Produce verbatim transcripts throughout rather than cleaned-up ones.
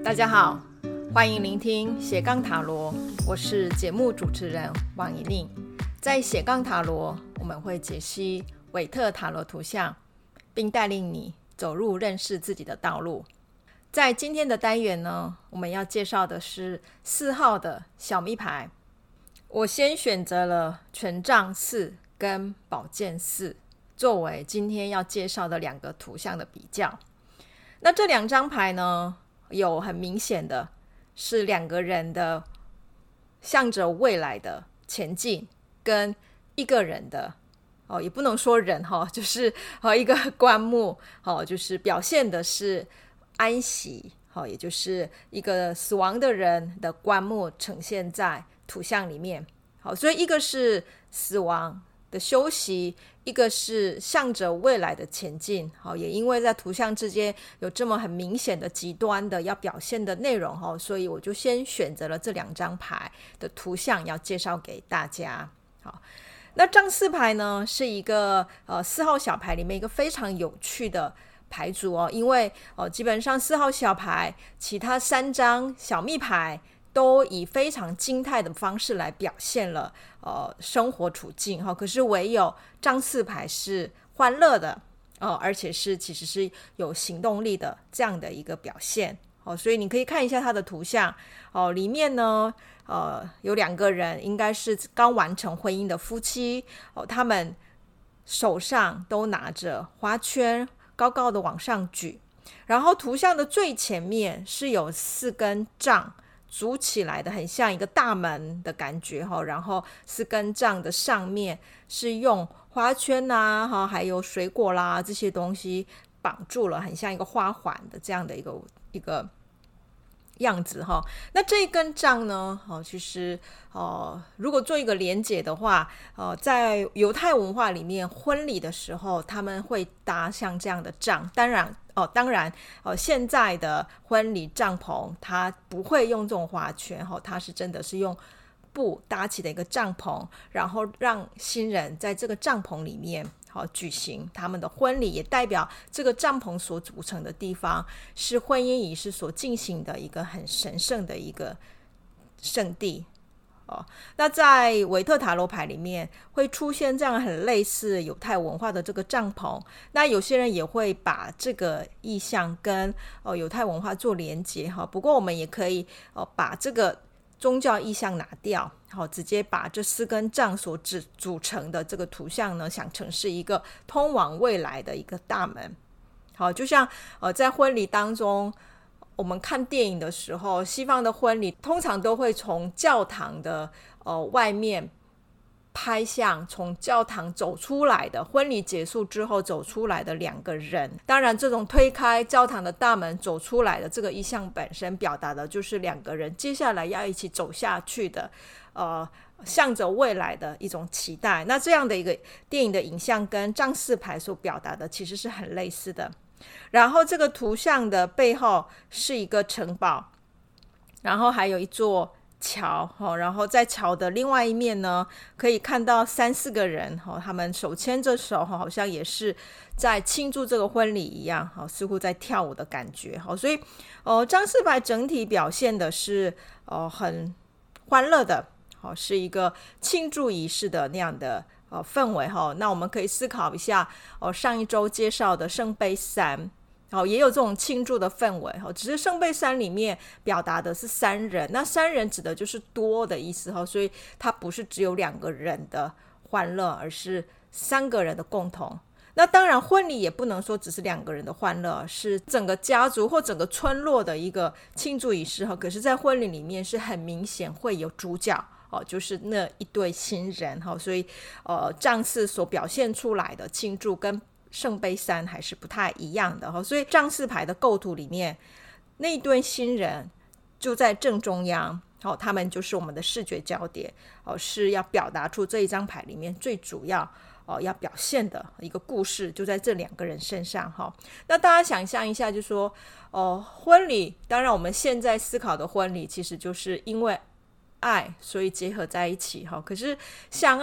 大家好，欢迎聆听斜杠塔罗，我是节目主持人王怡宁。在斜杠塔罗，我们会解析韦特塔罗图像，并带领你走入认识自己的道路。在今天的单元呢，我们要介绍的是四号的小密牌。我先选择了权杖四跟宝剑四作为今天要介绍的两个图像的比较。那这两张牌呢，有很明显的是两个人的向着未来的前进，跟一个人的哦，也不能说人哈、哦，就是哦一个棺木哦，就是表现的是安息哦，也就是一个死亡的人的棺木呈现在图像里面。好，所以一个是死亡的休息，一个是向着未来的前进。好，也因为在图像之间有这么很明显的极端的要表现的内容，所以我就先选择了这两张牌的图像要介绍给大家。好，那杖四牌呢，是一个呃四号小牌里面一个非常有趣的牌组哦，因为呃基本上四号小牌其他三张小密牌都以非常静态的方式来表现了呃生活处境、哦、可是唯有杖四牌是欢乐的、呃、而且是其实是有行动力的这样的一个表现、哦、所以你可以看一下它的图像、哦、里面呢呃有两个人应该是刚完成婚姻的夫妻、哦、他们手上都拿着花圈高高的往上举，然后图像的最前面是有四根杖组起来的，很像一个大门的感觉，然后四根杖的上面是用花圈啊还有水果啦这些东西绑住了，很像一个花环的这样的一个一个样子。那这一根杖呢，其实、呃、如果做一个连结的话、呃、在犹太文化里面婚礼的时候他们会搭像这样的杖，当然哦，当然、哦、现在的婚礼帐篷它不会用这种花圈、哦、它是真的是用布搭起的一个帐篷，然后让新人在这个帐篷里面、哦、举行他们的婚礼，也代表这个帐篷所组成的地方是婚姻仪式所进行的一个很神圣的一个圣地。哦、那在韦特塔罗牌里面会出现这样很类似犹太文化的这个帐篷，那有些人也会把这个意象跟、哦、犹太文化做连结、哦、不过我们也可以、哦、把这个宗教意象拿掉、哦、直接把这四根杖所组成的这个图像呢想成是一个通往未来的一个大门。好，就像、呃、在婚礼当中我们看电影的时候，西方的婚礼通常都会从教堂的、呃、外面拍向从教堂走出来的，婚礼结束之后走出来的两个人。当然这种推开教堂的大门走出来的这个意象本身表达的就是两个人接下来要一起走下去的呃，向着未来的一种期待。那这样的一个电影的影像跟杖四牌所表达的其实是很类似的。然后这个图像的背后是一个城堡，然后还有一座桥、哦、然后在桥的另外一面呢可以看到三四个人、哦、他们手牵着手、哦、好像也是在庆祝这个婚礼一样、哦、似乎在跳舞的感觉、哦、所以呃，杖四牌整体表现的是、呃、很欢乐的、哦、是一个庆祝仪式的那样的呃、氛围、哦、那我们可以思考一下、哦、上一周介绍的圣杯三、哦、也有这种庆祝的氛围、哦、只是圣杯三里面表达的是三人，那三人指的就是多的意思、哦、所以它不是只有两个人的欢乐，而是三个人的共同。那当然婚礼也不能说只是两个人的欢乐，是整个家族或整个村落的一个庆祝仪式、哦、可是在婚礼里面是很明显会有主角哦，就是那一对新人、哦、所以呃，杖四所表现出来的庆祝跟圣杯三还是不太一样的、哦、所以杖四牌的构图里面那一对新人就在正中央、哦、他们就是我们的视觉焦点、哦、是要表达出这一张牌里面最主要、哦、要表现的一个故事就在这两个人身上、哦、那大家想象一下就说、哦、婚礼当然我们现在思考的婚礼其实就是因为爱所以结合在一起，可是相爱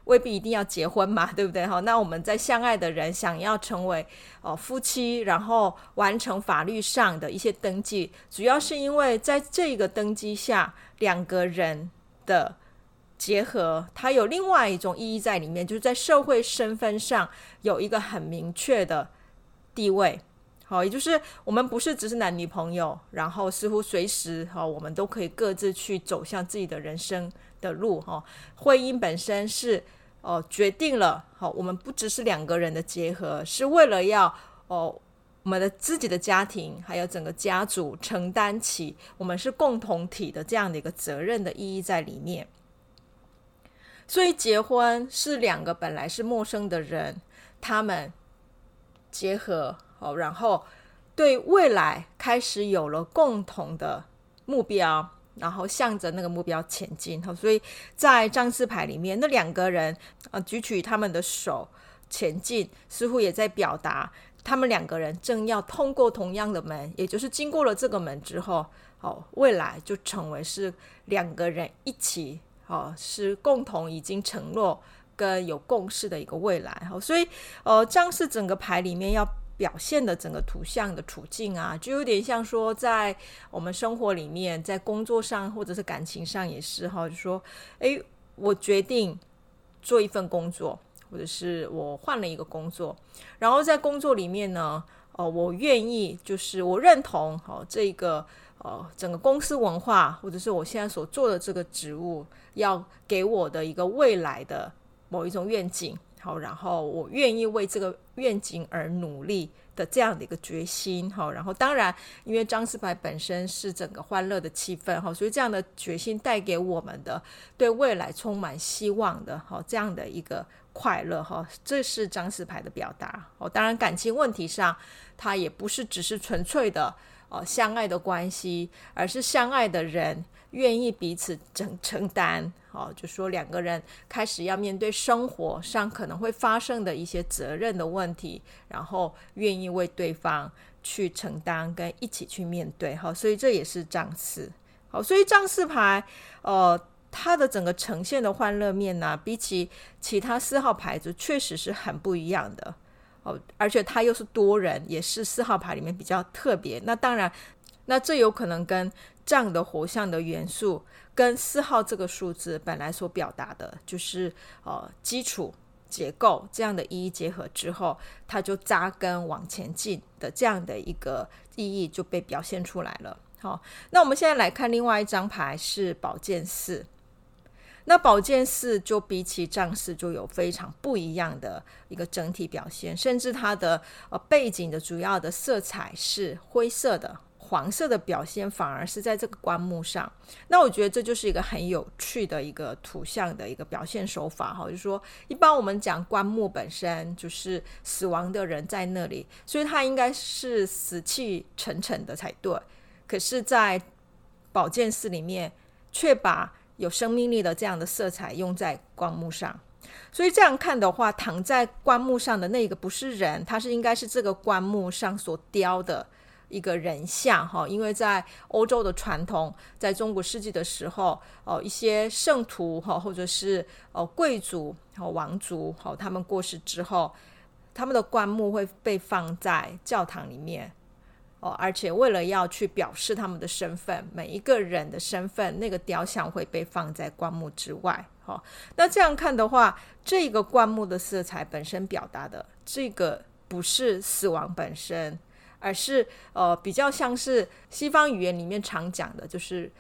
未必一定要结婚嘛，对不对？那我们在相爱的人想要成为、呃、夫妻，然后完成法律上的一些登记，主要是因为在这个登记下，两个人的结合它有另外一种意义在里面，就是在社会身份上有一个很明确的地位。好，也就是我们不是只是男女朋友，然后似乎随时好我们都可以各自去走向自己的人生的路。婚姻本身是、呃、决定了好我们不只是两个人的结合，是为了要、呃、我们的自己的家庭还有整个家族承担起我们是共同体的这样的一个责任的意义在里面。所以结婚是两个本来是陌生的人，他们结合，然后对未来开始有了共同的目标，然后向着那个目标前进。所以在账四牌里面，那两个人、呃、举起他们的手前进，似乎也在表达他们两个人正要通过同样的门，也就是经过了这个门之后、哦、未来就成为是两个人一起、哦、是共同已经承诺跟有共识的一个未来。所以呃，账四整个牌里面要表现的整个图像的处境啊，就有点像说在我们生活里面，在工作上或者是感情上也是哈，就说诶我决定做一份工作，或者是我换了一个工作，然后在工作里面呢、呃、我愿意就是我认同、哦、这个呃整个公司文化，或者是我现在所做的这个职务要给我的一个未来的某一种愿景，好，然后我愿意为这个愿景而努力的这样的一个决心。好，然后当然因为张四牌本身是整个欢乐的气氛，好，所以这样的决心带给我们的对未来充满希望的好这样的一个快乐，好，这是张四牌的表达。好，当然感情问题上它也不是只是纯粹的、呃、相爱的关系，而是相爱的人愿意彼此承承担、哦、就说两个人开始要面对生活上可能会发生的一些责任的问题，然后愿意为对方去承担跟一起去面对。好，所以这也是账四。好，所以账四牌呃，它的整个呈现的欢乐面呢、啊，比起其他四号牌子确实是很不一样的、哦、而且它又是多人，也是四号牌里面比较特别。那当然那这有可能跟账的火象的元素跟四号这个数字本来所表达的就是呃基础结构这样的意义结合之后，它就扎根往前进的这样的一个意义就被表现出来了。好，那我们现在来看另外一张牌是宝剑四。那宝剑四就比起账四就有非常不一样的一个整体表现，甚至它的、呃、背景的主要的色彩是灰色的，黄色的表现反而是在这个棺木上。那我觉得这就是一个很有趣的一个图像的一个表现手法，就是说一般我们讲棺木本身就是死亡的人在那里，所以它应该是死气沉沉的才对，可是在宝剑四里面却把有生命力的这样的色彩用在棺木上。所以这样看的话，躺在棺木上的那个不是人，它是应该是这个棺木上所雕的一个人像。因为在欧洲的传统，在中古世纪的时候、呃、一些圣徒或者是、呃、贵族王族他们过世之后，他们的棺木会被放在教堂里面、哦、而且为了要去表示他们的身份，每一个人的身份那个雕像会被放在棺木之外、哦、那这样看的话，这个棺木的色彩本身表达的这个不是死亡本身，而是、呃、比较像是西方语言里面常讲的就是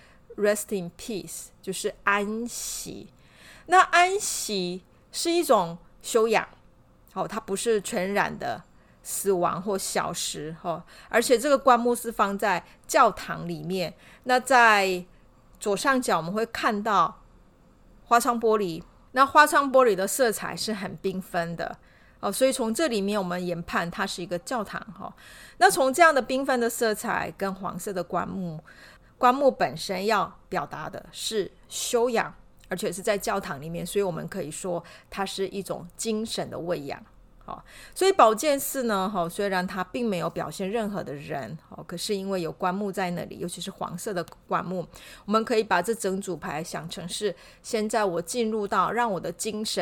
rest in peace， 就是安息。那安息是一种修养、哦、它不是全然的死亡或消失、哦、而且这个棺木是放在教堂里面。那在左上角我们会看到花窗玻璃，那花窗玻璃的色彩是很缤纷的、哦、所以从这里面我们研判它是一个教堂、哦、那从这样的缤纷的色彩跟黄色的棺木，棺木本身要表达的是修养，而且是在教堂里面，所以我们可以说它是一种精神的喂养。哦、所以宝剑四呢、哦、虽然它并没有表现任何的人、哦、可是因为有棺木在那里，尤其是黄色的棺木，我们可以把这整组牌想成是现在我进入到让我的精神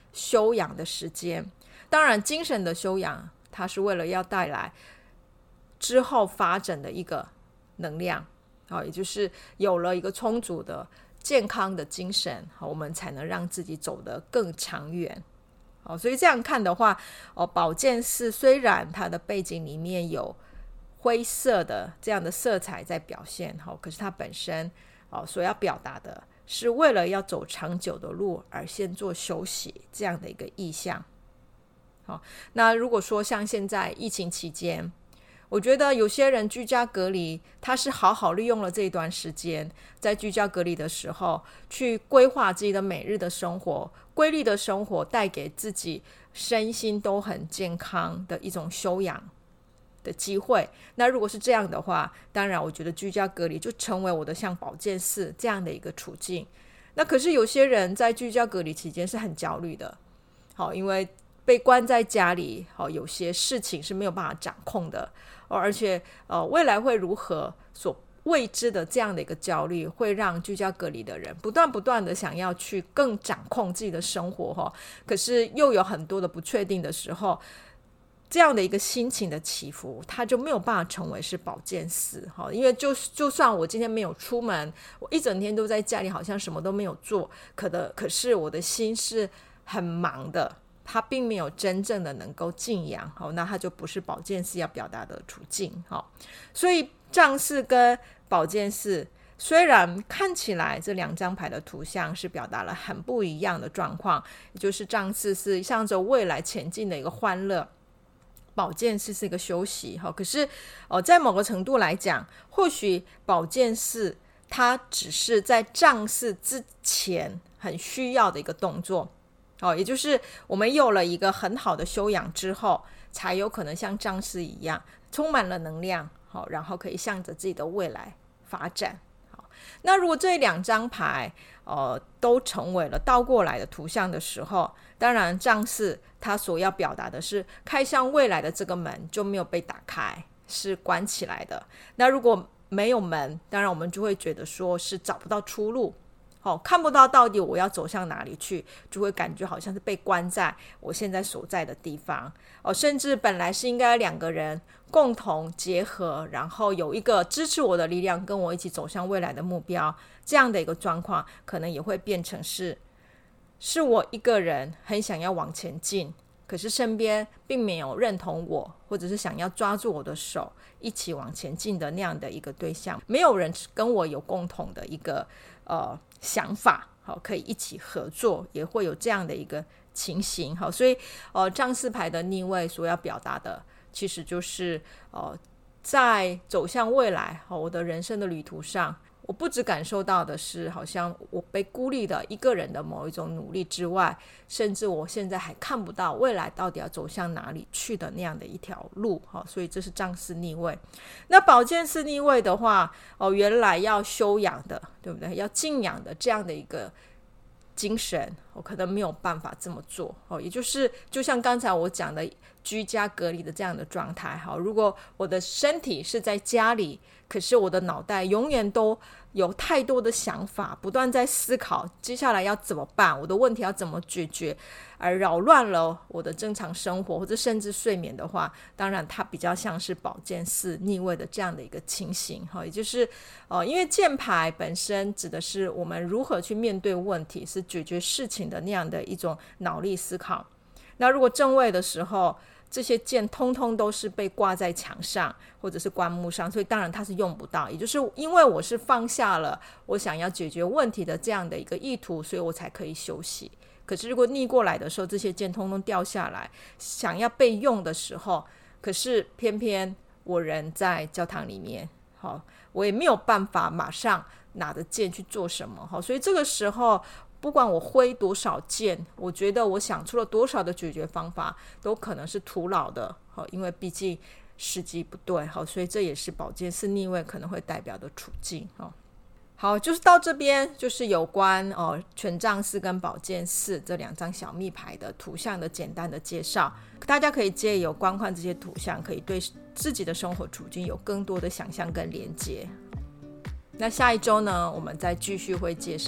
修养的时间。当然精神的修养它是为了要带来之后发展的一个能量，也就是有了一个充足的健康的精神，我们才能让自己走得更长远。所以这样看的话，宝剑四虽然它的背景里面有灰色的这样的色彩在表现，可是它本身所要表达的是为了要走长久的路而先做休息这样的一个意象。好，那如果说像现在疫情期间，我觉得有些人居家隔离，他是好好利用了这一段时间，在居家隔离的时候去规划自己的每日的生活，规律的生活带给自己身心都很健康的一种修养的机会。那如果是这样的话，当然我觉得居家隔离就成为我的像宝剑四这样的一个处境。那可是有些人在居家隔离期间是很焦虑的，好，因为被关在家里，有些事情是没有办法掌控的，而且呃，未来会如何所未知的这样的一个焦虑，会让居家隔离的人不断不断的想要去更掌控自己的生活，可是又有很多的不确定的时候，这样的一个心情的起伏，它就没有办法成为是宝剑四。因为 就, 就算我今天没有出门，我一整天都在家里好像什么都没有做，可的可是我的心是很忙的，它并没有真正的能够静养，那它就不是宝剑四要表达的处境。所以丈四跟宝剑四虽然看起来这两张牌的图像是表达了很不一样的状况，也就是丈四是向着未来前进的一个欢乐，宝剑四是一个休息。可是、呃、在某个程度来讲，或许宝剑四它只是在丈四之前很需要的一个动作，哦，也就是我们有了一个很好的修养之后，才有可能像丈四一样充满了能量，哦，然后可以向着自己的未来发展。好，那如果这两张牌、呃、都成为了倒过来的图像的时候，当然丈四它所要表达的是开向未来的这个门就没有被打开，是关起来的。那如果没有门，当然我们就会觉得说是找不到出路，哦，看不到到底我要走向哪里去，就会感觉好像是被关在我现在所在的地方，哦，甚至本来是应该两个人共同结合，然后有一个支持我的力量跟我一起走向未来的目标，这样的一个状况可能也会变成是是我一个人很想要往前进，可是身边并没有认同我，或者是想要抓住我的手一起往前进的那样的一个对象，没有人跟我有共同的一个呃想法，好，可以一起合作，也会有这样的一个情形。好，所以呃丈四牌的逆位所要表达的其实就是呃在走向未来，好，我的人生的旅途上，我不只感受到的是好像我被孤立的一个人的某一种努力之外，甚至我现在还看不到未来到底要走向哪里去的那样的一条路。所以这是丈四逆位。那宝剑四逆位的话、哦、原来要修养的，对不对？要静养的这样的一个精神，我可能没有办法这么做、哦、也就是就像刚才我讲的居家隔离的这样的状态。好，如果我的身体是在家里，可是我的脑袋永远都有太多的想法，不断在思考接下来要怎么办，我的问题要怎么解决，而扰乱了我的正常生活或者甚至睡眠的话，当然它比较像是宝剑四逆位的这样的一个情形。也就是、呃、因为剑牌本身指的是我们如何去面对问题，是解决事情的那样的一种脑力思考。那如果正位的时候，这些剑通通都是被挂在墙上或者是棺木上，所以当然它是用不到，也就是因为我是放下了我想要解决问题的这样的一个意图，所以我才可以休息。可是如果逆过来的时候，这些剑通通掉下来想要被用的时候，可是偏偏我人在教堂里面，好，我也没有办法马上拿着剑去做什么。好，所以这个时候不管我挥多少剑，我觉得我想出了多少的解决方法都可能是徒劳的，因为毕竟时机不对。所以这也是宝剑四逆位可能会代表的处境。好，就是到这边就是有关、哦、权杖四跟宝剑四这两张小密牌的图像的简单的介绍。大家可以借由观看这些图像，可以对自己的生活处境有更多的想象跟连接。那下一周呢，我们再继续会介绍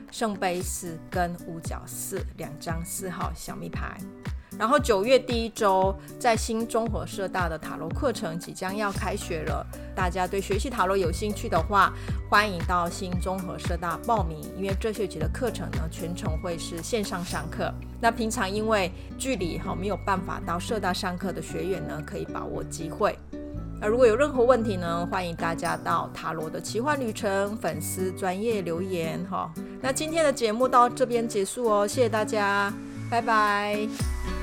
圣杯四跟五角四两张四号小密牌。然后九月第一周，在新中和社大的塔罗课程即将要开学了，大家对学习塔罗有兴趣的话，欢迎到新中和社大报名，因为这学期的课程呢，全程会是线上上课。那平常因为距离没有办法到社大上课的学员呢，可以把握机会。那如果有任何问题呢，欢迎大家到塔罗的奇幻旅程粉丝专页留言。那今天的节目到这边结束哦，谢谢大家，拜拜。